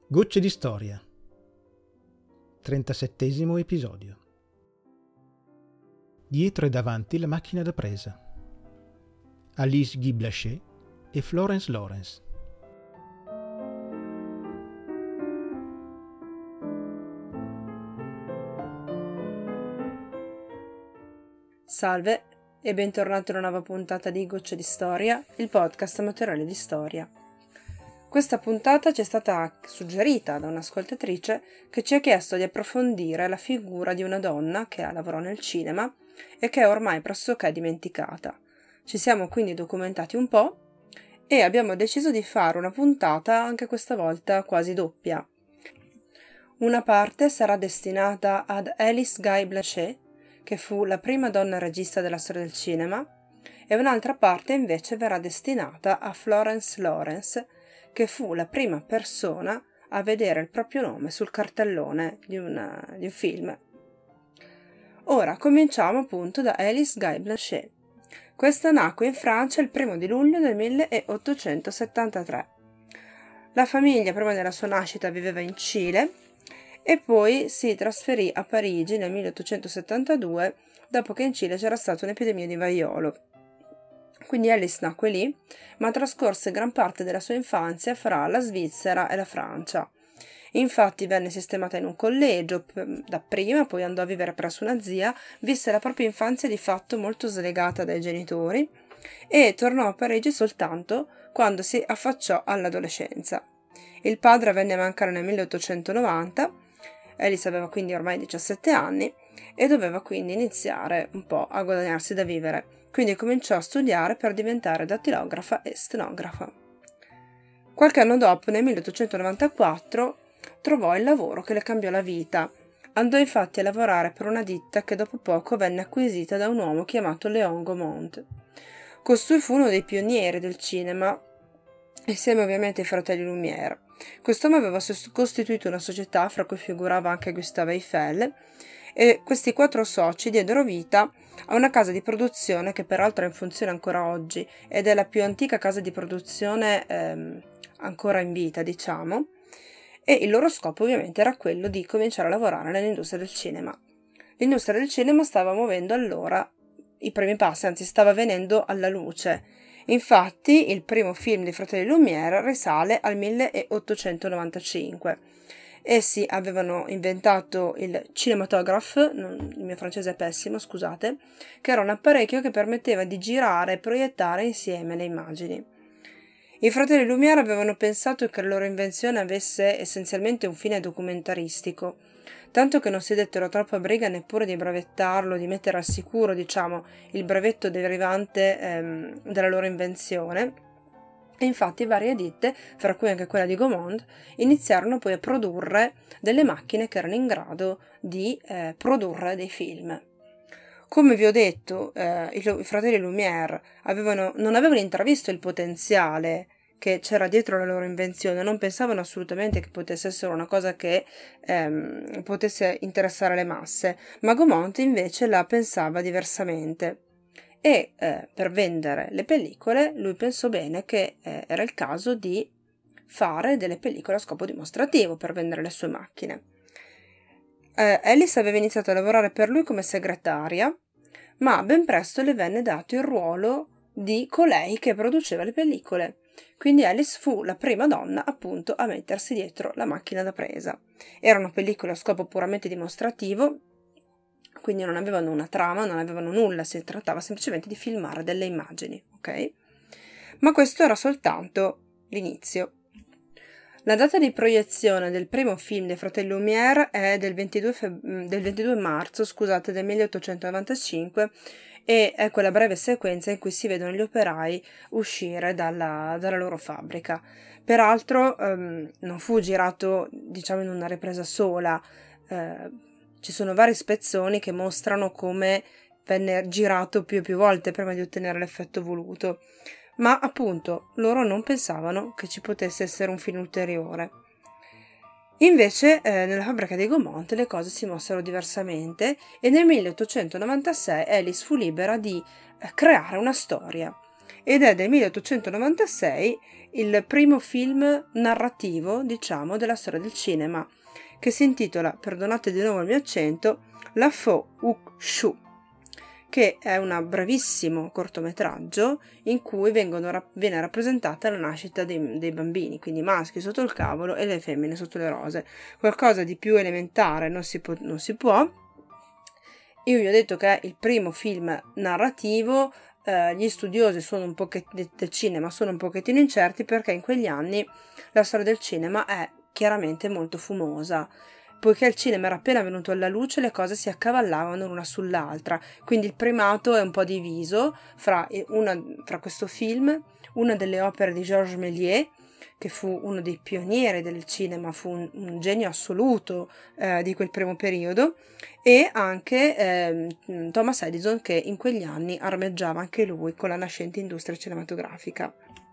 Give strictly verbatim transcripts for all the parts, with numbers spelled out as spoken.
Gocce di storia. trentasettesimo episodio. Dietro e davanti la macchina da presa. Alice Guy Blaché e Florence Lawrence. Salve e bentornati a una nuova puntata di Gocce di Storia, il podcast amatoriale di storia. Questa puntata ci è stata suggerita da un'ascoltatrice che ci ha chiesto di approfondire la figura di una donna che lavorò nel cinema e che è ormai pressoché dimenticata. Ci siamo quindi documentati un po' e abbiamo deciso di fare una puntata anche questa volta quasi doppia. Una parte sarà destinata ad Alice Guy Blaché, che fu la prima donna regista della storia del cinema, e un'altra parte invece verrà destinata a Florence Lawrence, che fu la prima persona a vedere il proprio nome sul cartellone di, una, di un film. Ora cominciamo appunto da Alice Guy Blaché. Questa nacque in Francia il primo di luglio del milleottocentosettantatré. La famiglia prima della sua nascita viveva in Cile e poi si trasferì a Parigi nel milleottocentosettantadue dopo che in Cile c'era stata un'epidemia di vaiolo. Quindi Alice nacque lì, ma trascorse gran parte della sua infanzia fra la Svizzera e la Francia. Infatti venne sistemata in un collegio dapprima, poi andò a vivere presso una zia, visse la propria infanzia di fatto molto slegata dai genitori e tornò a Parigi soltanto quando si affacciò all'adolescenza. Il padre venne a mancare nel milleottocentonovanta, Alice aveva quindi ormai diciassette anni e doveva quindi iniziare un po' a guadagnarsi da vivere. Quindi cominciò a studiare per diventare dattilografa e stenografa. Qualche anno dopo, nel milleottocentonovantaquattro, trovò il lavoro che le cambiò la vita. Andò infatti a lavorare per una ditta che dopo poco venne acquisita da un uomo chiamato Léon Gaumont. Costui fu uno dei pionieri del cinema, insieme ovviamente ai fratelli Lumière. Quest'uomo aveva costituito una società fra cui figurava anche Gustave Eiffel, e questi quattro soci diedero vita a una casa di produzione che peraltro è in funzione ancora oggi ed è la più antica casa di produzione ehm, ancora in vita, diciamo, e il loro scopo ovviamente era quello di cominciare a lavorare nell'industria del cinema. L'industria del cinema stava muovendo allora i primi passi, anzi stava venendo alla luce. Infatti il primo film dei fratelli Lumière risale al milleottocentonovantacinque. Essi avevano inventato il cinematographe, non, il mio francese è pessimo, scusate, che era un apparecchio che permetteva di girare e proiettare insieme le immagini. I fratelli Lumière avevano pensato che la loro invenzione avesse essenzialmente un fine documentaristico, tanto che non si dettero troppo a briga neppure di brevettarlo, di mettere al sicuro, diciamo, il brevetto derivante ehm, dalla loro invenzione. E infatti varie ditte, fra cui anche quella di Gaumont, iniziarono poi a produrre delle macchine che erano in grado di eh, produrre dei film. Come vi ho detto, eh, i, i fratelli Lumière avevano, non avevano intravisto il potenziale che c'era dietro la loro invenzione, non pensavano assolutamente che potesse essere una cosa che ehm, potesse interessare le masse, ma Gaumont invece la pensava diversamente. E eh, per vendere le pellicole lui pensò bene che eh, era il caso di fare delle pellicole a scopo dimostrativo per vendere le sue macchine. Eh, Alice aveva iniziato a lavorare per lui come segretaria, ma ben presto le venne dato il ruolo di colei che produceva le pellicole. Quindi Alice fu la prima donna appunto a mettersi dietro la macchina da presa. Erano pellicole a scopo puramente dimostrativo, quindi non avevano una trama, non avevano nulla, si trattava semplicemente di filmare delle immagini, ok? Ma questo era soltanto l'inizio. La data di proiezione del primo film dei fratelli Lumière è del ventidue, feb- del ventidue marzo scusate, del milleottocentonovantacinque e è quella breve sequenza in cui si vedono gli operai uscire dalla, dalla loro fabbrica. Peraltro ehm, non fu girato, diciamo, in una ripresa sola, eh, ci sono vari spezzoni che mostrano come venne girato più e più volte prima di ottenere l'effetto voluto, ma appunto loro non pensavano che ci potesse essere un film ulteriore. Invece eh, nella fabbrica di Gaumont le cose si mossero diversamente e nel milleottocentonovantasei Alice fu libera di eh, creare una storia ed è del milleottocentonovantasei il primo film narrativo, diciamo, della storia del cinema, che si intitola, perdonate di nuovo il mio accento, La Fo Uk Shu, che è un bravissimo cortometraggio in cui vengono, viene rappresentata la nascita dei, dei bambini, quindi i maschi sotto il cavolo e le femmine sotto le rose. Qualcosa di più elementare non si può. Non si può. Io vi ho detto che è il primo film narrativo. Eh, gli studiosi sono un pochettino del cinema sono un pochettino incerti, perché in quegli anni la storia del cinema è chiaramente molto fumosa. Poiché il cinema era appena venuto alla luce, le cose si accavallavano l'una sull'altra, quindi il primato è un po' diviso fra, una, fra questo film, una delle opere di Georges Méliès, che fu uno dei pionieri del cinema, fu un, un genio assoluto eh, di quel primo periodo, e anche eh, Thomas Edison, che in quegli anni armeggiava anche lui con la nascente industria cinematografica.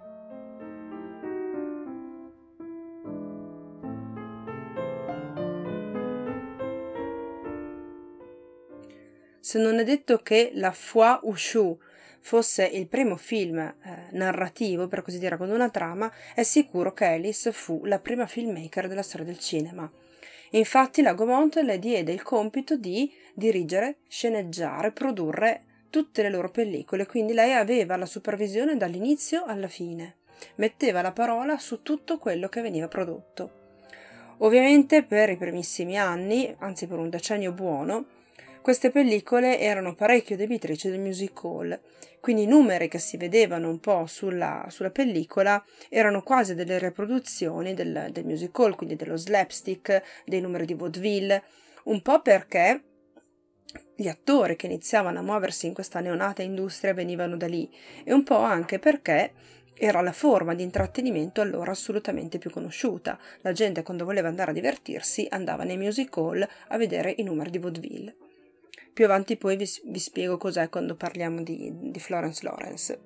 Se non è detto che La Foi ou Chou fosse il primo film eh, narrativo, per così dire, con una trama, è sicuro che Alice fu la prima filmmaker della storia del cinema. Infatti la Gaumont le diede il compito di dirigere, sceneggiare, produrre tutte le loro pellicole, quindi lei aveva la supervisione dall'inizio alla fine, metteva la parola su tutto quello che veniva prodotto. Ovviamente per i primissimi anni, anzi per un decennio buono, queste pellicole erano parecchio debitrici del music hall, quindi i numeri che si vedevano un po' sulla, sulla pellicola erano quasi delle riproduzioni del, del music hall, quindi dello slapstick, dei numeri di vaudeville, un po' perché gli attori che iniziavano a muoversi in questa neonata industria venivano da lì, e un po' anche perché era la forma di intrattenimento allora assolutamente più conosciuta. La gente, quando voleva andare a divertirsi, andava nei music hall a vedere i numeri di vaudeville. Più avanti poi vi, vi spiego cos'è quando parliamo di, di Florence Lawrence.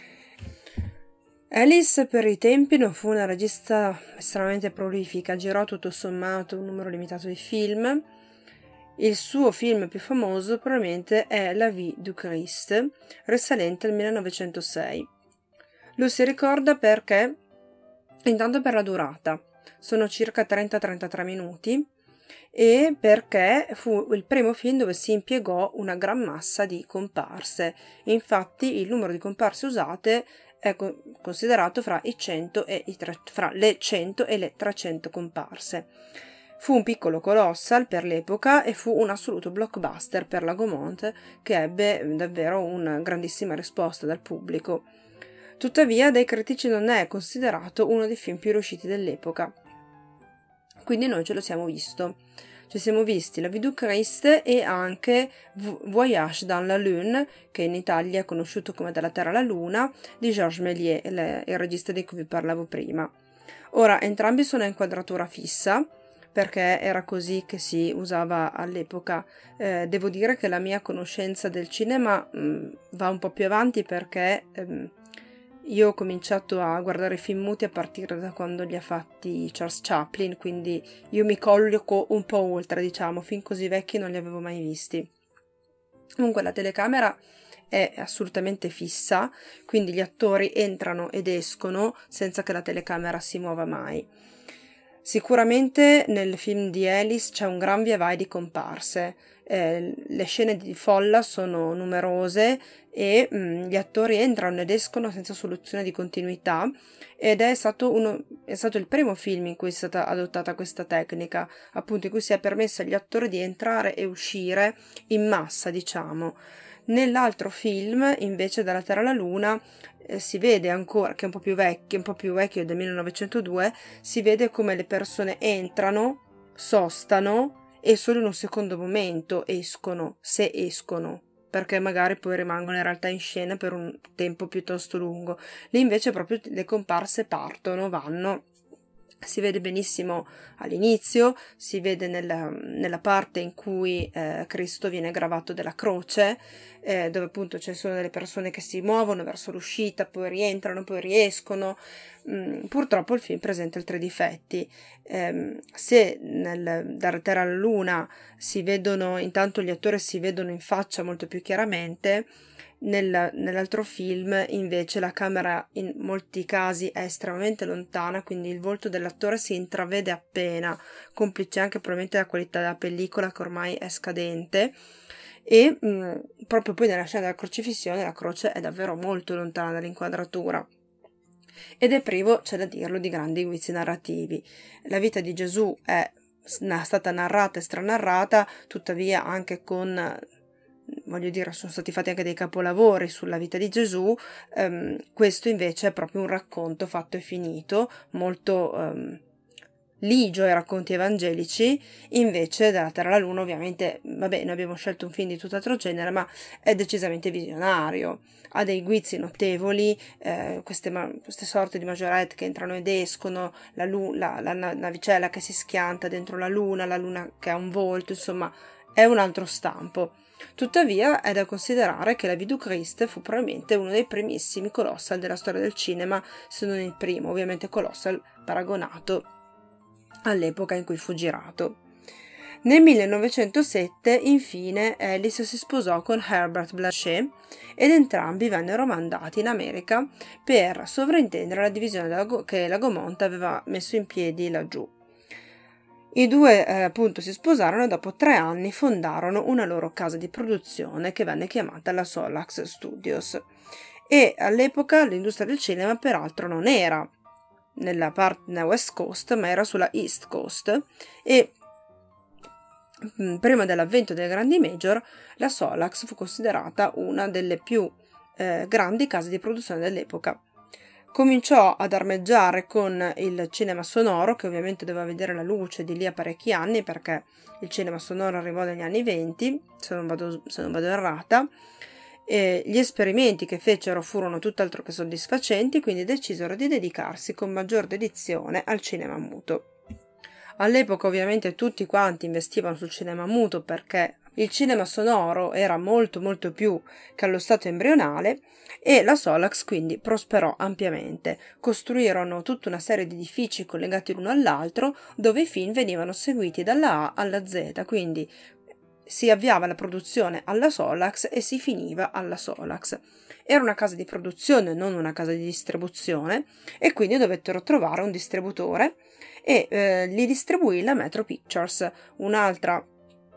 Alice per i tempi non fu una regista estremamente prolifica, girò tutto sommato un numero limitato di film. Il suo film più famoso probabilmente è La Vie du Christ, risalente al millenovecentosei. Lo si ricorda perché, intanto per la durata, sono circa trenta trentatré minuti, e perché fu il primo film dove si impiegò una gran massa di comparse. Infatti il numero di comparse usate è considerato fra, i cento e i tre, fra le cento e le trecento comparse. Fu un piccolo colossal per l'epoca e fu un assoluto blockbuster per la Gaumont, che ebbe davvero una grandissima risposta dal pubblico. Tuttavia dai critici non è considerato uno dei film più riusciti dell'epoca. Quindi noi ce lo siamo visto. Ci siamo visti La Vie du Christ e anche Voyage dans la Lune, che in Italia è conosciuto come Dalla Terra alla Luna, di Georges Méliès, il, il regista di cui vi parlavo prima. Ora, entrambi sono a inquadratura fissa, perché era così che si usava all'epoca. Eh, devo dire che la mia conoscenza del cinema mh, va un po' più avanti, perché ehm, io ho cominciato a guardare film muti a partire da quando li ha fatti Charles Chaplin, quindi io mi colloco un po' oltre, diciamo, film così vecchi non li avevo mai visti. Comunque la telecamera è assolutamente fissa, quindi gli attori entrano ed escono senza che la telecamera si muova mai. Sicuramente nel film di Alice c'è un gran via vai di comparse, eh, le scene di folla sono numerose e mh, gli attori entrano ed escono senza soluzione di continuità, ed è stato, uno, è stato il primo film in cui è stata adottata questa tecnica, appunto in cui si è permesso agli attori di entrare e uscire in massa, diciamo. Nell'altro film, invece, Dalla Terra alla Luna, eh, si vede ancora, che è un po' più vecchio, un po' più vecchio del millenovecentodue, si vede come le persone entrano, sostano e solo in un secondo momento escono, se escono, perché magari poi rimangono in realtà in scena per un tempo piuttosto lungo. Lì invece proprio le comparse partono, vanno. Si vede benissimo all'inizio, si vede nella, nella parte in cui eh, Cristo viene gravato della croce, eh, dove appunto ci sono delle persone che si muovono verso l'uscita, poi rientrano, poi riescono. Mm, purtroppo il film presenta altri difetti. Eh, se nel Dalla Terra alla Luna si vedono, intanto gli attori si vedono in faccia molto più chiaramente, Nel, nell'altro film invece la camera in molti casi è estremamente lontana, quindi il volto dell'attore si intravede appena, complice anche probabilmente la qualità della pellicola che ormai è scadente, e mh, proprio poi nella scena della crocifissione la croce è davvero molto lontana dall'inquadratura. Ed è privo, c'è da dirlo, di grandi guizzi narrativi. La vita di Gesù è stata narrata e stranarrata, tuttavia anche con, voglio dire, sono stati fatti anche dei capolavori sulla vita di Gesù. Um, questo invece è proprio un racconto fatto e finito, molto um, ligio ai racconti evangelici. Invece dalla Terra alla Luna, ovviamente, vabbè, noi abbiamo scelto un film di tutt'altro genere, ma è decisamente visionario, ha dei guizzi notevoli, eh, queste, ma- queste sorte di majorette che entrano ed escono, la, lu- la, la, la navicella che si schianta dentro la luna, la luna che ha un volto, insomma è un altro stampo. Tuttavia è da considerare che La Vie du Christ fu probabilmente uno dei primissimi colossal della storia del cinema, se non il primo, ovviamente colossal paragonato all'epoca in cui fu girato. Nel millenovecentosette, infine, Alice si sposò con Herbert Blanchet ed entrambi vennero mandati in America per sovrintendere la divisione della Go- che la Gaumont aveva messo in piedi laggiù. I due eh, appunto si sposarono e dopo tre anni fondarono una loro casa di produzione che venne chiamata la Solax Studios. E all'epoca l'industria del cinema peraltro non era nella parte West Coast, ma era sulla East Coast, e mh, prima dell'avvento delle grandi major la Solax fu considerata una delle più eh, grandi case di produzione dell'epoca. Cominciò ad armeggiare con il cinema sonoro, che ovviamente doveva vedere la luce di lì a parecchi anni, perché il cinema sonoro arrivò negli anni venti, se non vado, se non vado errata. E gli esperimenti che fecero furono tutt'altro che soddisfacenti, quindi decisero di dedicarsi con maggior dedizione al cinema muto. All'epoca ovviamente tutti quanti investivano sul cinema muto perché il cinema sonoro era molto molto più che allo stato embrionale, e la Solax quindi prosperò ampiamente. Costruirono tutta una serie di edifici collegati l'uno all'altro dove i film venivano seguiti dalla A alla Z, quindi si avviava la produzione alla Solax e si finiva alla Solax. Era una casa di produzione, non una casa di distribuzione, e quindi dovettero trovare un distributore e eh, li distribuì la Metro Pictures, un'altra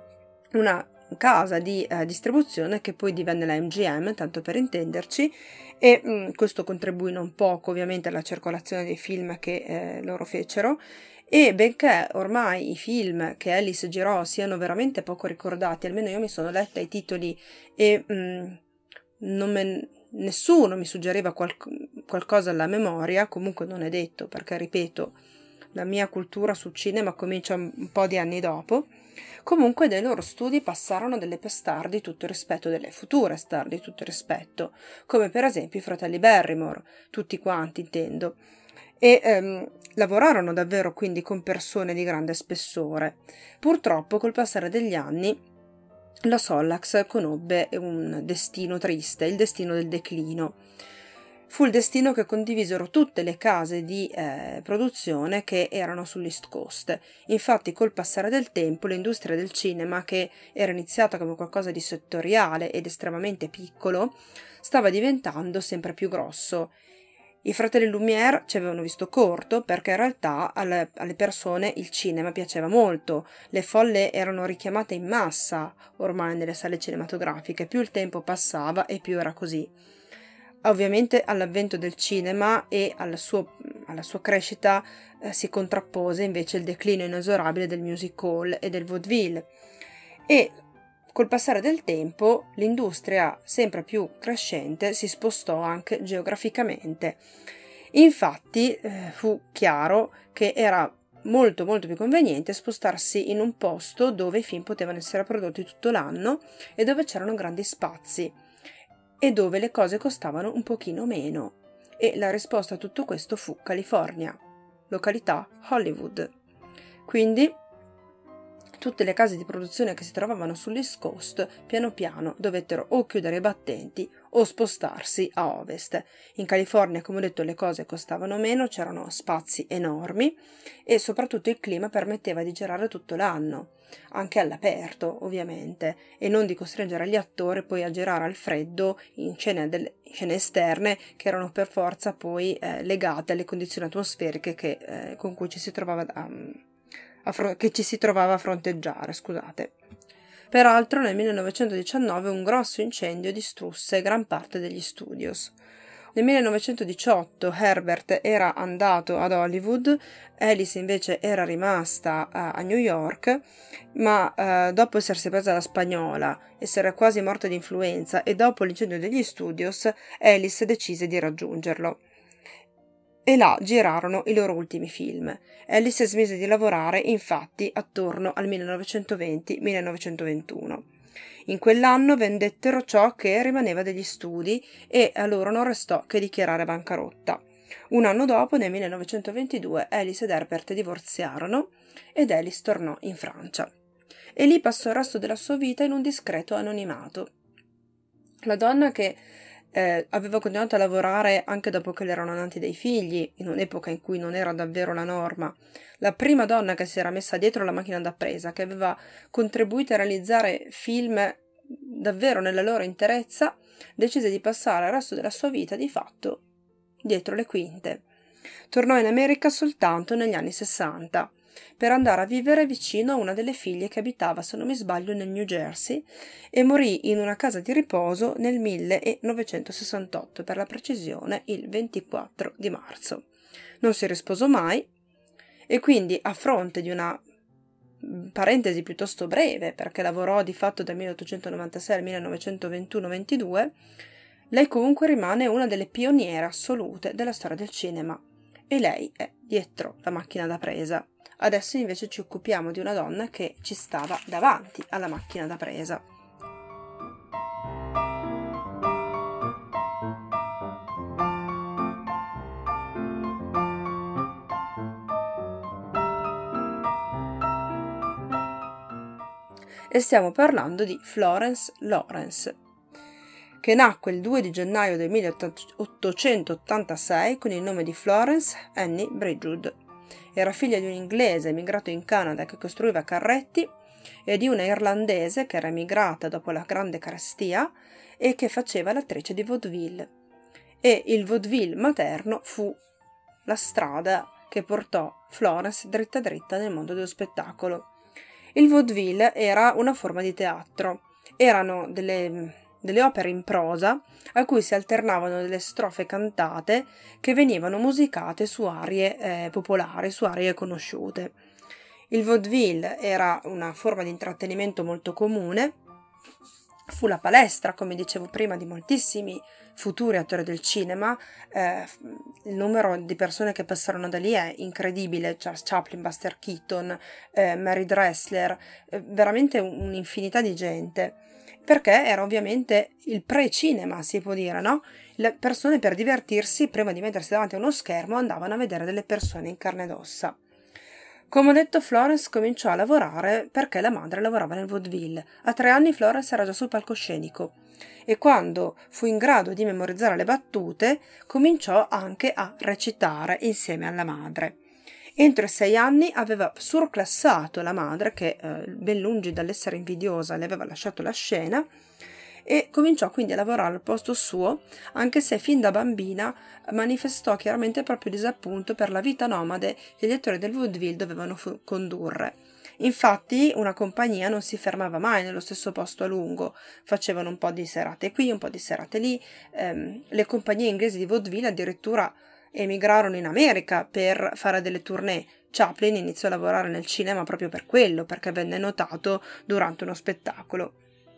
una casa di eh, distribuzione che poi divenne la M G M, tanto per intenderci, e mh, questo contribuì non poco ovviamente alla circolazione dei film che eh, loro fecero. E benché ormai i film che Alice girò siano veramente poco ricordati, almeno io mi sono letta i titoli e mh, non me, nessuno mi suggeriva qual, qualcosa alla memoria, comunque non è detto, perché ripeto, la mia cultura sul cinema comincia un po' di anni dopo. Comunque dai loro studi passarono delle star di tutto rispetto, delle future star di tutto rispetto, come per esempio i fratelli Barrymore, tutti quanti intendo, e ehm, lavorarono davvero quindi con persone di grande spessore. Purtroppo col passare degli anni la Solax conobbe un destino triste, il destino del declino. Fu il destino che condivisero tutte le case di eh, produzione che erano sull'East Coast. Infatti col passare del tempo l'industria del cinema, che era iniziata come qualcosa di settoriale ed estremamente piccolo, stava diventando sempre più grosso. I fratelli Lumière ci avevano visto corto perché in realtà alle, alle persone il cinema piaceva molto, le folle erano richiamate in massa ormai nelle sale cinematografiche, più il tempo passava e più era così. Ovviamente all'avvento del cinema e alla, suo, alla sua crescita eh, si contrappose invece il declino inesorabile del music hall e del vaudeville, e col passare del tempo l'industria sempre più crescente si spostò anche geograficamente. Infatti eh, fu chiaro che era molto molto più conveniente spostarsi in un posto dove i film potevano essere prodotti tutto l'anno e dove c'erano grandi spazi e dove le cose costavano un pochino meno. E la risposta a tutto questo fu California, località Hollywood. Quindi tutte le case di produzione che si trovavano sull'East Coast piano piano dovettero o chiudere i battenti o spostarsi a ovest. In California, come ho detto, le cose costavano meno, c'erano spazi enormi e soprattutto il clima permetteva di girare tutto l'anno. anche all'aperto, ovviamente, e non di costringere gli attori poi a girare al freddo in scene, delle, in scene esterne che erano per forza poi eh, legate alle condizioni atmosferiche che, eh, con cui ci si trovava a, a fro- che ci si trovava a fronteggiare, scusate. Peraltro nel millenovecentodiciannove un grosso incendio distrusse gran parte degli studios. Nel millenovecentodiciotto Herbert era andato ad Hollywood, Alice invece era rimasta a, a New York, ma eh, dopo essersi presa la spagnola, essere quasi morta di influenza e dopo l'incendio degli studios, Alice decise di raggiungerlo. E là girarono i loro ultimi film. Alice smise di lavorare, infatti, attorno al millenovecentoventi millenovecentoventuno. In quell'anno vendettero ciò che rimaneva degli studi e a loro non restò che dichiarare bancarotta. Un anno dopo, nel millenovecentoventidue, Alice ed Herbert divorziarono ed Alice tornò in Francia. E lì passò il resto della sua vita in un discreto anonimato. La donna che eh, aveva continuato a lavorare anche dopo che le erano nati dei figli, in un'epoca in cui non era davvero la norma, la prima donna che si era messa dietro la macchina da presa, che aveva contribuito a realizzare film davvero nella loro interezza, decise di passare il resto della sua vita di fatto dietro le quinte. Tornò in America soltanto negli anni sessanta per andare a vivere vicino a una delle figlie che abitava, se non mi sbaglio, nel New Jersey, e morì in una casa di riposo nel millenovecentosessantotto, per la precisione il ventiquattro di marzo. Non si risposò mai e quindi, a fronte di una parentesi piuttosto breve, perché lavorò di fatto dal milleottocentonovantasei al millenovecentoventuno ventidue, lei comunque rimane una delle pioniere assolute della storia del cinema e lei è dietro la macchina da presa. Adesso invece ci occupiamo di una donna che ci stava davanti alla macchina da presa. E stiamo parlando di Florence Lawrence, che nacque il due di gennaio del milleottocentottantasei con il nome di Florence Annie Bridgewood. Era figlia di un inglese emigrato in Canada che costruiva carretti e di una irlandese che era emigrata dopo la grande carestia e che faceva l'attrice di vaudeville. E il vaudeville materno fu la strada che portò Florence dritta dritta nel mondo dello spettacolo. Il vaudeville era una forma di teatro. Erano delle, delle opere in prosa a cui si alternavano delle strofe cantate che venivano musicate su arie eh, popolari, su arie conosciute. Il vaudeville era una forma di intrattenimento molto comune. Fu la palestra, come dicevo prima, di moltissimi futuri attori del cinema. Eh, il numero di persone che passarono da lì è incredibile: Charles Chaplin, Buster Keaton, eh, Mary Dressler, eh, veramente un'infinità di gente, perché era ovviamente il pre-cinema, si può dire, no? Le persone, per divertirsi, prima di mettersi davanti a uno schermo, andavano a vedere delle persone in carne ed ossa. Come ho detto, Florence cominciò a lavorare perché la madre lavorava nel vaudeville. A tre anni Florence era già sul palcoscenico e quando fu in grado di memorizzare le battute cominciò anche a recitare insieme alla madre. Entro i sei anni aveva surclassato la madre che, eh, ben lungi dall'essere invidiosa, le aveva lasciato la scena, e cominciò quindi a lavorare al posto suo, anche se fin da bambina manifestò chiaramente il proprio disappunto per la vita nomade che gli attori del vaudeville dovevano fu- condurre. Infatti una compagnia non si fermava mai nello stesso posto a lungo, facevano un po' di serate qui, un po' di serate lì. Ehm, le compagnie inglesi di vaudeville addirittura emigrarono in America per fare delle tournée. Chaplin iniziò a lavorare nel cinema proprio per quello, perché venne notato durante uno spettacolo.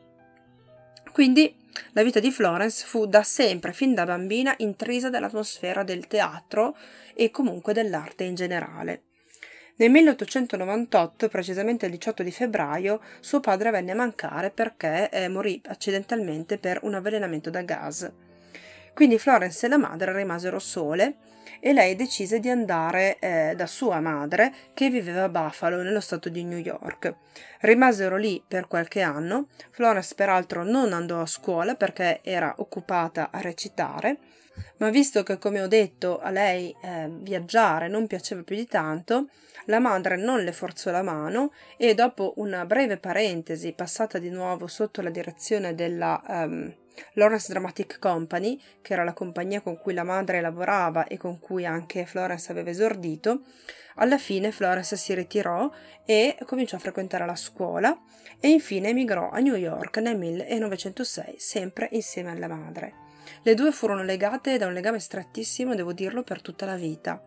Quindi la vita di Florence fu da sempre, fin da bambina, intrisa dall'atmosfera del teatro e comunque dell'arte in generale. Nel milleottocentonovantotto, precisamente il diciotto di febbraio, suo padre venne a mancare perché eh, morì accidentalmente per un avvelenamento da gas. Quindi Florence e la madre rimasero sole e lei decise di andare eh, da sua madre, che viveva a Buffalo, nello stato di New York. Rimasero lì per qualche anno. Florence peraltro non andò a scuola perché era occupata a recitare, ma visto che, come ho detto, a lei eh, viaggiare non piaceva più di tanto, la madre non le forzò la mano e dopo una breve parentesi passata di nuovo sotto la direzione della um, Lawrence Dramatic Company, che era la compagnia con cui la madre lavorava e con cui anche Florence aveva esordito, alla fine Florence si ritirò e cominciò a frequentare la scuola e infine emigrò a New York nel millenovecentosei, sempre insieme alla madre. Le due furono legate da un legame strettissimo, devo dirlo, per tutta la vita.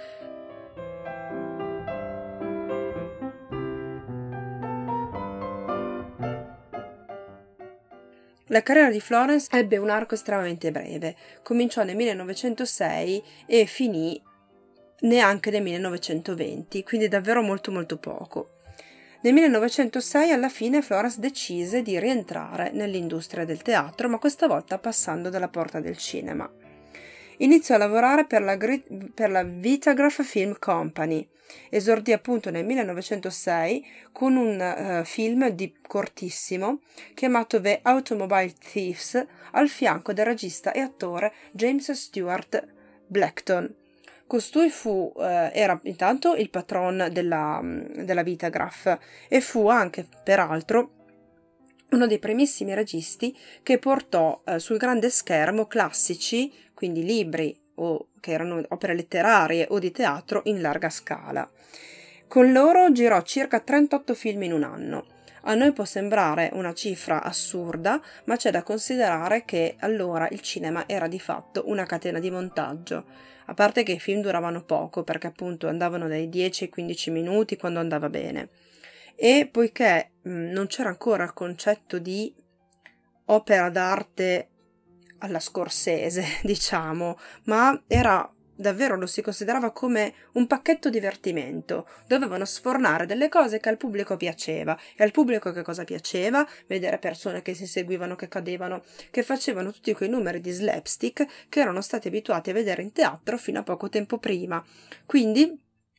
La carriera di Florence ebbe un arco estremamente breve, cominciò nel millenovecentosei e finì neanche nel millenovecentoventi, quindi davvero molto molto poco. Nel millenovecentosei alla fine Florence decise di rientrare nell'industria del teatro, ma questa volta passando dalla porta del cinema. Iniziò a lavorare per la, per la Vitagraph Film Company. Esordì appunto nel millenovecentosei con un uh, film di cortissimo chiamato The Automobile Thieves al fianco del regista e attore James Stewart Blackton. Costui fu, eh, era intanto il patron della, della Vitagraph e fu anche, peraltro, uno dei primissimi registi che portò eh, sul grande schermo classici, quindi libri o che erano opere letterarie o di teatro in larga scala. Con loro girò circa trentotto film in un anno. A noi può sembrare una cifra assurda, ma c'è da considerare che allora il cinema era di fatto una catena di montaggio, a parte che i film duravano poco perché appunto andavano dai dieci ai quindici minuti quando andava bene. E poiché mh, non c'era ancora il concetto di opera d'arte alla Scorsese, diciamo, ma era davvero, lo si considerava come un pacchetto divertimento. Dovevano sfornare delle cose che al pubblico piaceva. E al pubblico che cosa piaceva? Vedere persone che si seguivano, che cadevano, che facevano tutti quei numeri di slapstick che erano stati abituati a vedere in teatro fino a poco tempo prima. Quindi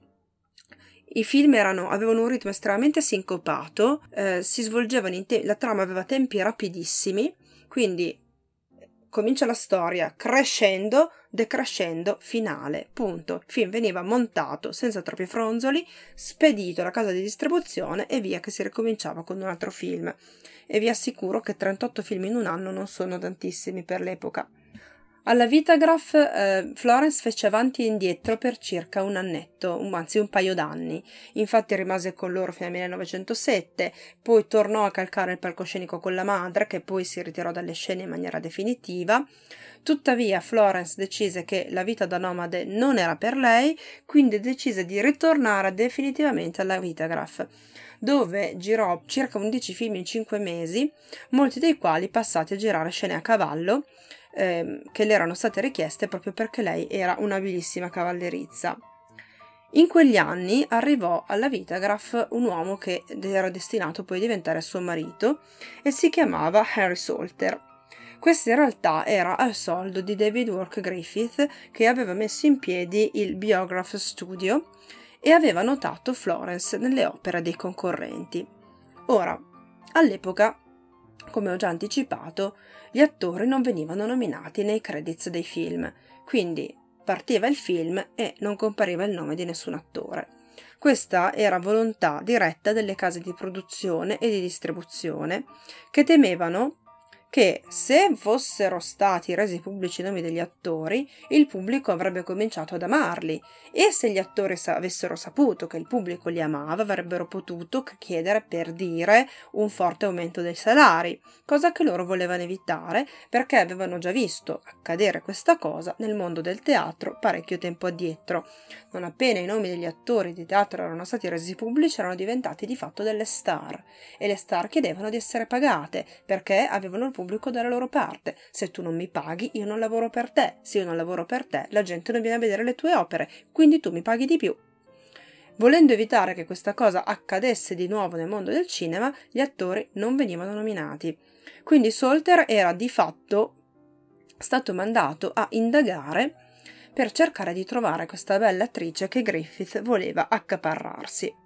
i film erano, avevano un ritmo estremamente sincopato, eh, si svolgevano in te- la trama aveva tempi rapidissimi, quindi comincia la storia crescendo, decrescendo, finale, punto. Il film veniva montato senza troppi fronzoli, spedito alla casa di distribuzione e via che si ricominciava con un altro film. E vi assicuro che trentotto film in un anno non sono tantissimi per l'epoca. Alla Vitagraph eh, Florence fece avanti e indietro per circa un annetto, un, anzi un paio d'anni. Infatti rimase con loro fino al millenovecentosette, poi tornò a calcare il palcoscenico con la madre, che poi si ritirò dalle scene in maniera definitiva. Tuttavia Florence decise che la vita da nomade non era per lei, quindi decise di ritornare definitivamente alla Vitagraph, dove girò circa undici film in cinque mesi, molti dei quali passati a girare scene a cavallo, eh, che le erano state richieste proprio perché lei era un'abilissima cavallerizza. In quegli anni arrivò alla Vitagraph un uomo che era destinato poi a diventare suo marito e si chiamava Henry Salter. Questo in realtà era al soldo di David Wark Griffith, che aveva messo in piedi il Biograph Studio e aveva notato Florence nelle opere dei concorrenti. Ora, all'epoca, come ho già anticipato, gli attori non venivano nominati nei credits dei film, quindi partiva il film e non compariva il nome di nessun attore. Questa era volontà diretta delle case di produzione e di distribuzione, che temevano che se fossero stati resi pubblici i nomi degli attori, il pubblico avrebbe cominciato ad amarli e se gli attori sa- avessero saputo che il pubblico li amava, avrebbero potuto chiedere, per dire, un forte aumento dei salari, cosa che loro volevano evitare perché avevano già visto accadere questa cosa nel mondo del teatro parecchio tempo addietro. Non appena i nomi degli attori di teatro erano stati resi pubblici, erano diventati di fatto delle star e le star chiedevano di essere pagate perché avevano il pubblico dalla loro parte. Se tu non mi paghi, io non lavoro per te. Se io non lavoro per te, la gente non viene a vedere le tue opere, quindi tu mi paghi di più. Volendo evitare che questa cosa accadesse di nuovo nel mondo del cinema, gli attori non venivano nominati. Quindi Salter era di fatto stato mandato a indagare per cercare di trovare questa bella attrice che Griffith voleva accaparrarsi.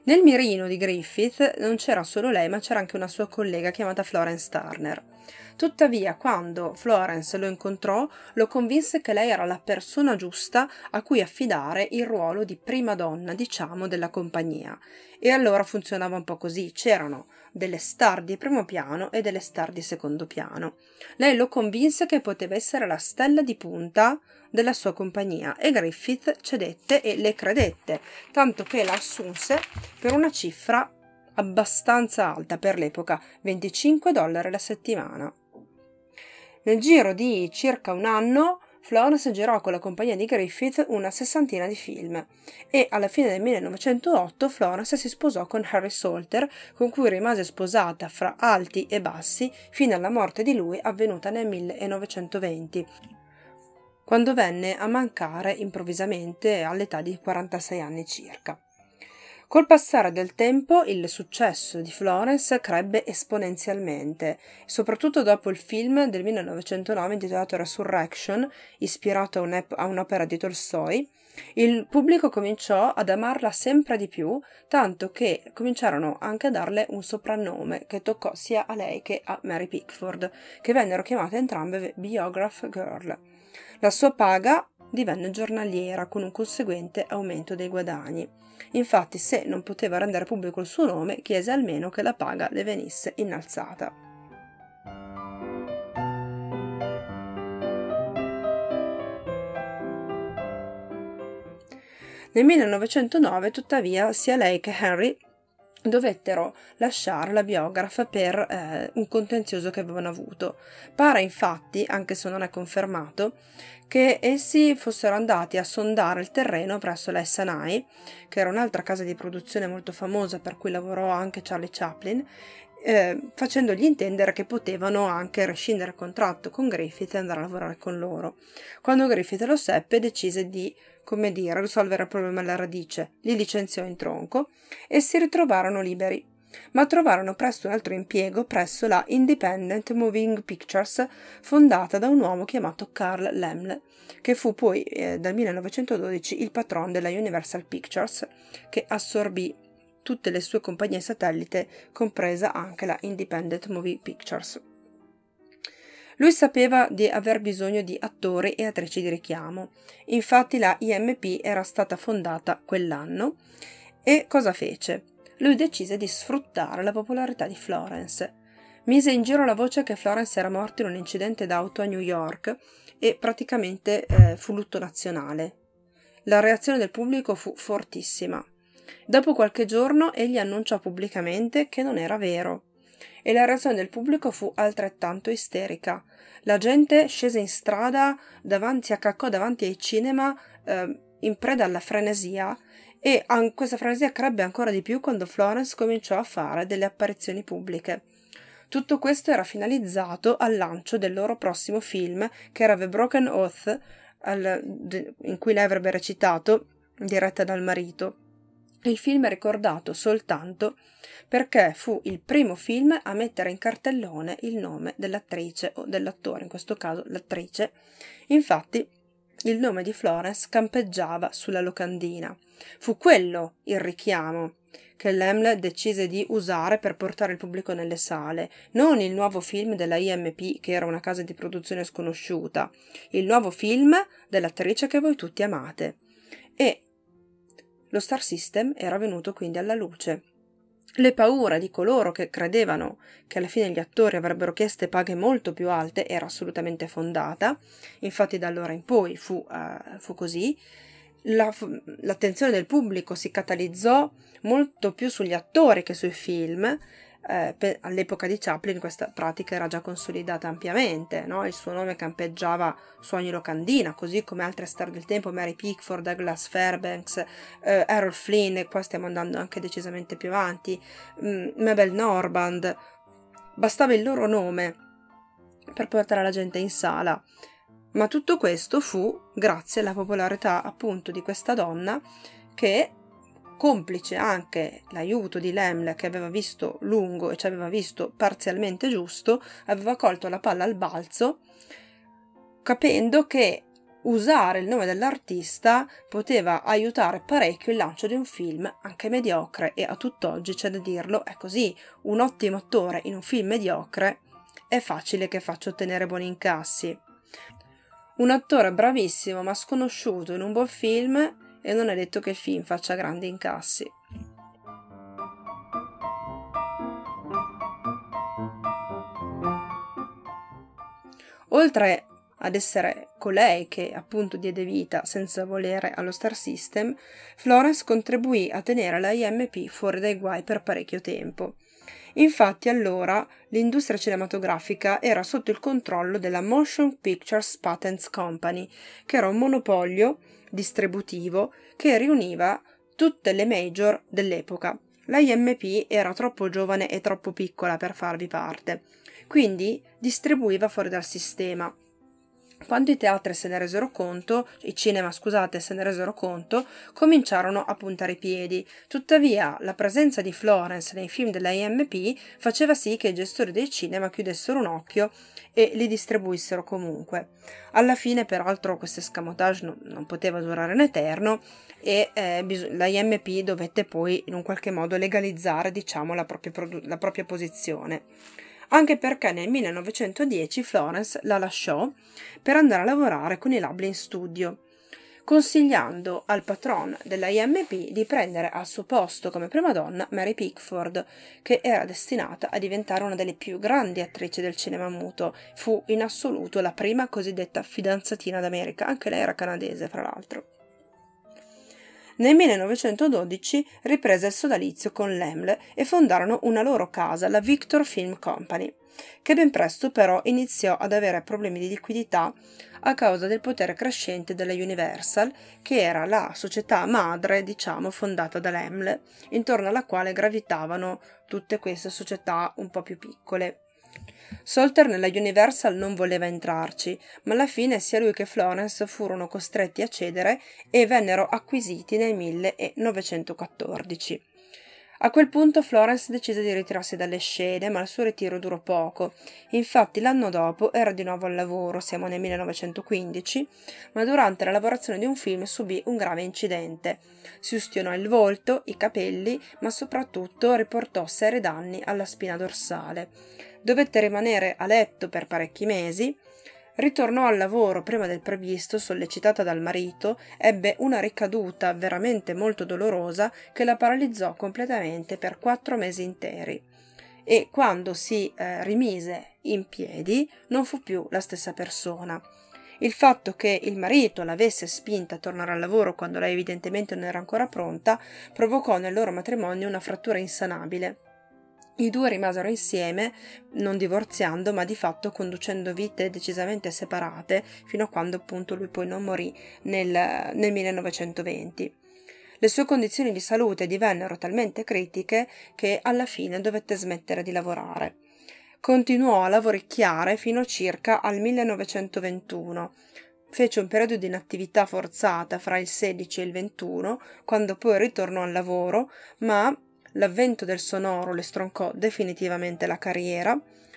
Nel mirino di Griffith non c'era solo lei, ma c'era anche una sua collega chiamata Florence Turner. Tuttavia, quando Florence lo incontrò, lo convinse che lei era la persona giusta a cui affidare il ruolo di prima donna, diciamo, della compagnia. E allora funzionava un po' così, c'erano delle star di primo piano e delle star di secondo piano. Lei lo convinse che poteva essere la stella di punta della sua compagnia e Griffith cedette e le credette, tanto che la assunse per una cifra abbastanza alta per l'epoca, venticinque dollari la settimana. Nel giro di circa un anno Florence girò con la compagnia di Griffith una sessantina di film e alla fine del millenovecentootto Florence si sposò con Harry Salter, con cui rimase sposata fra alti e bassi fino alla morte di lui avvenuta nel millenovecentoventi, quando venne a mancare improvvisamente all'età di quarantasei anni circa. Col passare del tempo il successo di Florence crebbe esponenzialmente, soprattutto dopo il film del millenovecentonove intitolato Resurrection, ispirato a, un'ep- a un'opera di Tolstoi. Il pubblico cominciò ad amarla sempre di più, tanto che cominciarono anche a darle un soprannome che toccò sia a lei che a Mary Pickford, che vennero chiamate entrambe Biograph Girl. La sua paga divenne giornaliera con un conseguente aumento dei guadagni. Infatti, se non poteva rendere pubblico il suo nome, chiese almeno che la paga le venisse innalzata. Nel millenovecentonove, tuttavia, sia lei che Henry dovettero lasciare la Biograph per eh, un contenzioso che avevano avuto. Pare infatti, anche se non è confermato, che essi fossero andati a sondare il terreno presso la S and I, che era un'altra casa di produzione molto famosa per cui lavorò anche Charlie Chaplin, eh, facendogli intendere che potevano anche rescindere il contratto con Griffith e andare a lavorare con loro. Quando Griffith lo seppe, decise di, come dire, risolvere il problema alla radice, li licenziò in tronco e si ritrovarono liberi, ma trovarono presto un altro impiego presso la Independent Moving Pictures, fondata da un uomo chiamato Carl Laemmle, che fu poi eh, dal millenovecentododici il patron della Universal Pictures, che assorbì tutte le sue compagnie satellite, compresa anche la Independent Moving Pictures. Lui sapeva di aver bisogno di attori e attrici di richiamo. Infatti la I M P era stata fondata quell'anno e cosa fece? Lui decise di sfruttare la popolarità di Florence. Mise in giro la voce che Florence era morta in un incidente d'auto a New York e praticamente eh, fu lutto nazionale. La reazione del pubblico fu fortissima. Dopo qualche giorno egli annunciò pubblicamente che non era vero e la reazione del pubblico fu altrettanto isterica. La gente scese in strada, davanti a Cacò, davanti ai cinema, eh, in preda alla frenesia, e an- questa frenesia crebbe ancora di più quando Florence cominciò a fare delle apparizioni pubbliche. Tutto questo era finalizzato al lancio del loro prossimo film, che era The Broken Oath, al, de, in cui lei avrebbe recitato, diretta dal marito. Il film è ricordato soltanto perché fu il primo film a mettere in cartellone il nome dell'attrice o dell'attore, in questo caso l'attrice. Infatti il nome di Florence campeggiava sulla locandina. Fu quello il richiamo che Laemmle decise di usare per portare il pubblico nelle sale, non il nuovo film della I M P, che era una casa di produzione sconosciuta, il nuovo film dell'attrice che voi tutti amate. E lo Star System era venuto quindi alla luce. Le paure di coloro che credevano che alla fine gli attori avrebbero chieste paghe molto più alte era assolutamente fondata, infatti da allora in poi fu, uh, fu così. La, l'attenzione del pubblico si catalizzò molto più sugli attori che sui film. Eh, per, all'epoca di Chaplin questa pratica era già consolidata ampiamente, no? Il suo nome campeggiava su ogni locandina, così come altre star del tempo, Mary Pickford, Douglas Fairbanks, eh, Errol Flynn, e qua stiamo andando anche decisamente più avanti, mh, Mabel Normand. Bastava il loro nome per portare la gente in sala. Ma tutto questo fu grazie alla popolarità appunto di questa donna che, complice anche l'aiuto di Laemmle, che aveva visto lungo e ci aveva visto parzialmente giusto, aveva colto la palla al balzo, capendo che usare il nome dell'artista poteva aiutare parecchio il lancio di un film anche mediocre, e a tutt'oggi, c'è da dirlo, è così. Un ottimo attore in un film mediocre è facile che faccia ottenere buoni incassi. Un attore bravissimo ma sconosciuto in un buon film, e non è detto che il film faccia grandi incassi. Oltre ad essere colei che appunto diede vita senza volere allo Star System, Florence contribuì a tenere la I M P fuori dai guai per parecchio tempo. Infatti allora l'industria cinematografica era sotto il controllo della Motion Pictures Patents Company, che era un monopolio distributivo che riuniva tutte le major dell'epoca. La I M P era troppo giovane e troppo piccola per farvi parte, quindi distribuiva fuori dal sistema. Quando i teatri se ne resero conto, i cinema scusate se ne resero conto, cominciarono a puntare i piedi. Tuttavia la presenza di Florence nei film della I M P faceva sì che i gestori dei cinema chiudessero un occhio e li distribuissero comunque. Alla fine peraltro questo escamotage non, non poteva durare in eterno, e eh, bis- la I M P dovette poi in un qualche modo legalizzare, diciamo, la propria, produ- la propria posizione. Anche perché nel millenovecentodieci Florence la lasciò per andare a lavorare con i Lablin Studio, consigliando al patron della I M P di prendere al suo posto come prima donna Mary Pickford, che era destinata a diventare una delle più grandi attrici del cinema muto. Fu in assoluto la prima cosiddetta fidanzatina d'America, anche lei era canadese fra l'altro. Nel millenovecentododici riprese il sodalizio con Laemmle e fondarono una loro casa, la Victor Film Company, che ben presto però iniziò ad avere problemi di liquidità a causa del potere crescente della Universal, che era la società madre, diciamo, fondata da Laemmle, intorno alla quale gravitavano tutte queste società un po' più piccole. Salter nella Universal non voleva entrarci, ma alla fine sia lui che Florence furono costretti a cedere e vennero acquisiti nel millenovecentoquattordici. A quel punto Florence decise di ritirarsi dalle scene, ma il suo ritiro durò poco. Infatti l'anno dopo era di nuovo al lavoro, siamo nel millenovecentoquindici, ma durante la lavorazione di un film subì un grave incidente. Si ustionò il volto, i capelli, ma soprattutto riportò seri danni alla spina dorsale. Dovette rimanere a letto per parecchi mesi. Ritornò al lavoro prima del previsto, sollecitata dal marito, ebbe una ricaduta veramente molto dolorosa che la paralizzò completamente per quattro mesi interi, e quando si eh, rimise in piedi non fu più la stessa persona. Il fatto che il marito l'avesse spinta a tornare al lavoro quando lei evidentemente non era ancora pronta provocò nel loro matrimonio una frattura insanabile. I due rimasero insieme, non divorziando, ma di fatto conducendo vite decisamente separate, fino a quando appunto lui poi non morì nel, nel millenovecentoventi. Le sue condizioni di salute divennero talmente critiche che alla fine dovette smettere di lavorare. Continuò a lavoricchiare fino circa al millenovecentoventuno. Fece un periodo di inattività forzata fra il sedici e il ventuno, quando poi ritornò al lavoro, ma l'avvento del sonoro le stroncò definitivamente la carriera.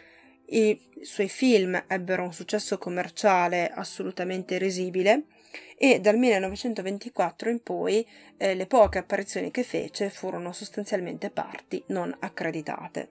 I suoi film ebbero un successo commerciale assolutamente risibile, e dal millenovecentoventiquattro in poi eh, le poche apparizioni che fece furono sostanzialmente parti non accreditate.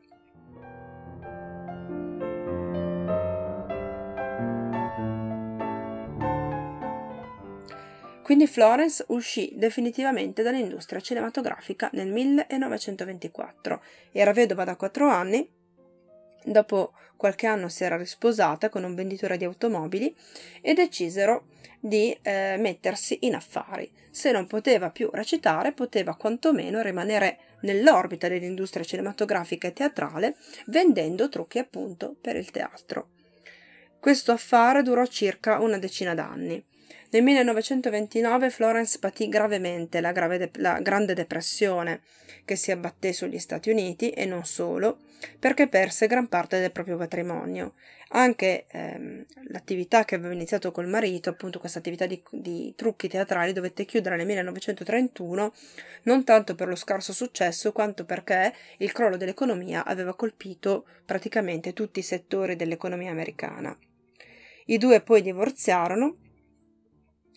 Quindi Florence uscì definitivamente dall'industria cinematografica nel millenovecentoventiquattro. Era vedova da quattro anni, dopo qualche anno si era risposata con un venditore di automobili e decisero di eh, mettersi in affari. Se non poteva più recitare, poteva quantomeno rimanere nell'orbita dell'industria cinematografica e teatrale, vendendo trucchi appunto per il teatro. Questo affare durò circa una decina d'anni. Nel millenovecentoventinove Florence patì gravemente la, grave de- la Grande Depressione, che si abbatté sugli Stati Uniti e non solo, perché perse gran parte del proprio patrimonio. Anche ehm, l'attività che aveva iniziato col marito, appunto questa attività di, di trucchi teatrali, dovette chiudere nel millenovecentotrentuno, non tanto per lo scarso successo, quanto perché il crollo dell'economia aveva colpito praticamente tutti i settori dell'economia americana. I due poi divorziarono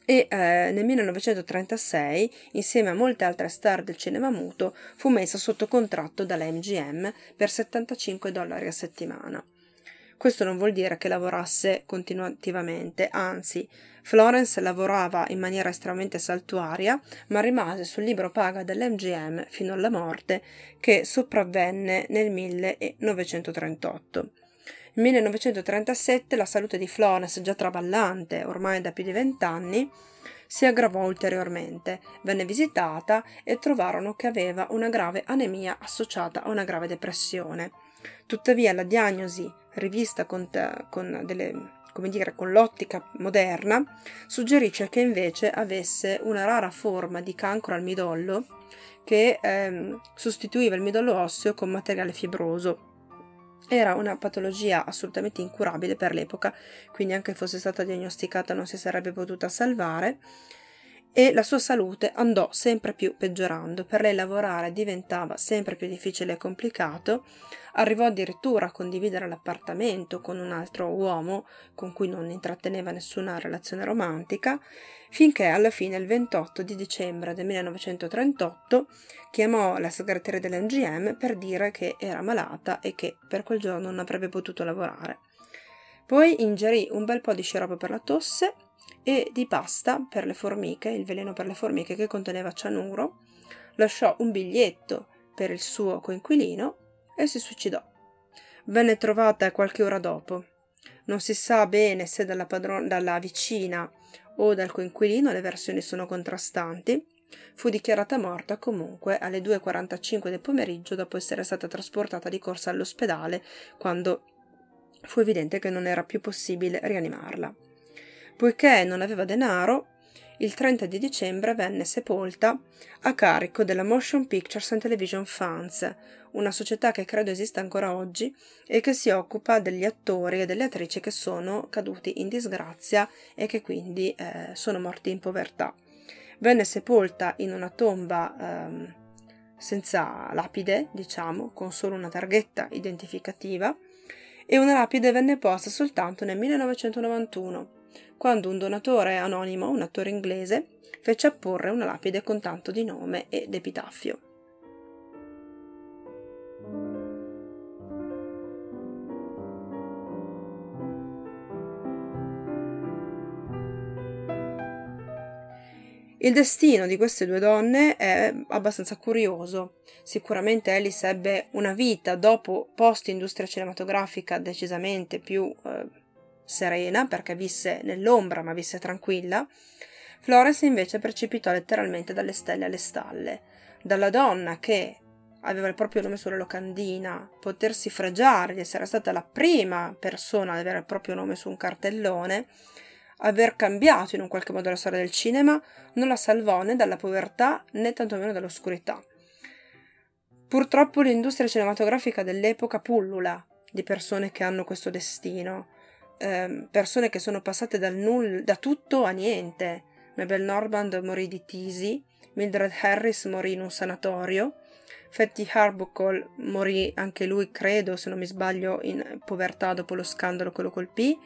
e eh, nel millenovecentotrentasei, insieme a molte altre star del cinema muto, fu messa sotto contratto dalla M G M per settantacinque dollari a settimana. Questo non vuol dire che lavorasse continuativamente, anzi, Florence lavorava in maniera estremamente saltuaria, ma rimase sul libro paga dell'M G M fino alla morte, che sopravvenne nel millenovecentotrentotto. Nel millenovecentotrentasette la salute di Florence, già traballante ormai da più di vent'anni, si aggravò ulteriormente. Venne visitata e trovarono che aveva una grave anemia associata a una grave depressione. Tuttavia la diagnosi, rivista con, con, delle, come dire, con l'ottica moderna, suggerisce che invece avesse una rara forma di cancro al midollo che ehm, sostituiva il midollo osseo con materiale fibroso. Era una patologia assolutamente incurabile per l'epoca, quindi anche fosse stata diagnosticata non si sarebbe potuta salvare, e la sua salute andò sempre più peggiorando. Per lei lavorare diventava sempre più difficile e complicato, arrivò addirittura a condividere l'appartamento con un altro uomo con cui non intratteneva nessuna relazione romantica, finché alla fine, il ventotto di dicembre del millenovecentotrentotto, chiamò la segreteria dell'M G M per dire che era malata e che per quel giorno non avrebbe potuto lavorare. Poi ingerì un bel po' di sciroppo per la tosse e di pasta per le formiche, il veleno per le formiche che conteneva cianuro, lasciò un biglietto per il suo coinquilino e si suicidò. Venne trovata qualche ora dopo. Non si sa bene se dalla, padron- dalla vicina o dal coinquilino, le versioni sono contrastanti. Fu dichiarata morta comunque alle due e quarantacinque del pomeriggio dopo essere stata trasportata di corsa all'ospedale, quando fu evidente che non era più possibile rianimarla. Poiché non aveva denaro, il trenta di dicembre venne sepolta a carico della Motion Pictures and Television Funds, una società che credo esista ancora oggi e che si occupa degli attori e delle attrici che sono caduti in disgrazia e che quindi eh, sono morti in povertà. Venne sepolta in una tomba ehm, senza lapide, diciamo, con solo una targhetta identificativa, e una lapide venne posta soltanto nel millenovecentonovantuno, quando un donatore anonimo, un attore inglese, fece apporre una lapide con tanto di nome ed epitaffio. Il destino di queste due donne è abbastanza curioso. Sicuramente Alice ebbe una vita dopo post-industria cinematografica decisamente più eh, serena, perché visse nell'ombra ma visse tranquilla. Florence invece precipitò letteralmente dalle stelle alle stalle. Dalla donna che aveva il proprio nome sulla locandina, potersi fregiare di essere stata la prima persona ad avere il proprio nome su un cartellone, aver cambiato in un qualche modo la storia del cinema, non la salvò né dalla povertà né tantomeno dall'oscurità. Purtroppo l'industria cinematografica dell'epoca pullula di persone che hanno questo destino, eh, persone che sono passate dal null- da tutto a niente. Mabel Normand morì di tisi, Mildred Harris morì in un sanatorio, Fatty Arbuckle morì anche lui, credo, se non mi sbaglio, in povertà dopo lo scandalo che lo colpì.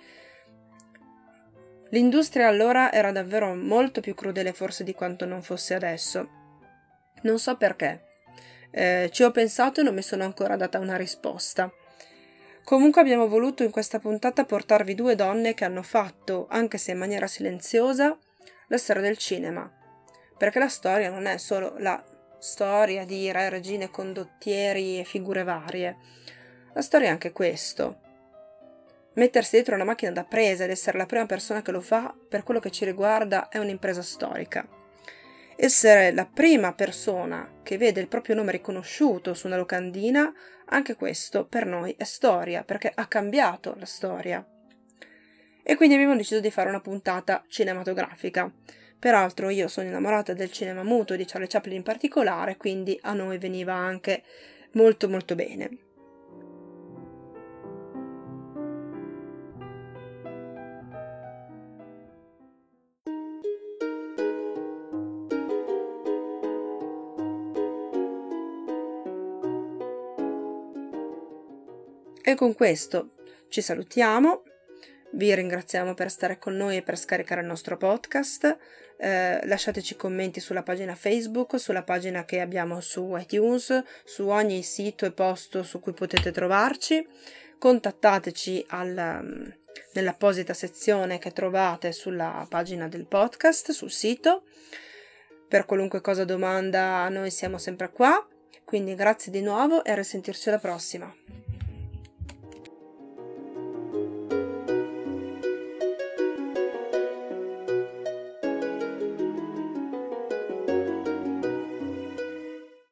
L'industria allora era davvero molto più crudele forse di quanto non fosse adesso. Non so perché. Eh, ci ho pensato e non mi sono ancora data una risposta. Comunque abbiamo voluto in questa puntata portarvi due donne che hanno fatto, anche se in maniera silenziosa, la storia del cinema. Perché la storia non è solo la storia di re, regine, condottieri e figure varie. La storia è anche questo. Mettersi dietro una macchina da presa ed essere la prima persona che lo fa, per quello che ci riguarda, è un'impresa storica. Essere la prima persona che vede il proprio nome riconosciuto su una locandina, anche questo per noi è storia, perché ha cambiato la storia. E quindi abbiamo deciso di fare una puntata cinematografica. Peraltro io sono innamorata del cinema muto e di Charlie Chaplin in particolare, quindi a noi veniva anche molto molto bene. E con questo ci salutiamo, Vi ringraziamo per stare con noi e per scaricare il nostro podcast. Eh, lasciateci commenti sulla pagina Facebook, sulla pagina che abbiamo su iTunes, su ogni sito e posto su cui potete trovarci. Contattateci al, nell'apposita sezione che trovate sulla pagina del podcast, sul sito. Per qualunque cosa o domanda noi siamo sempre qua. Quindi grazie di nuovo e a risentirci alla prossima.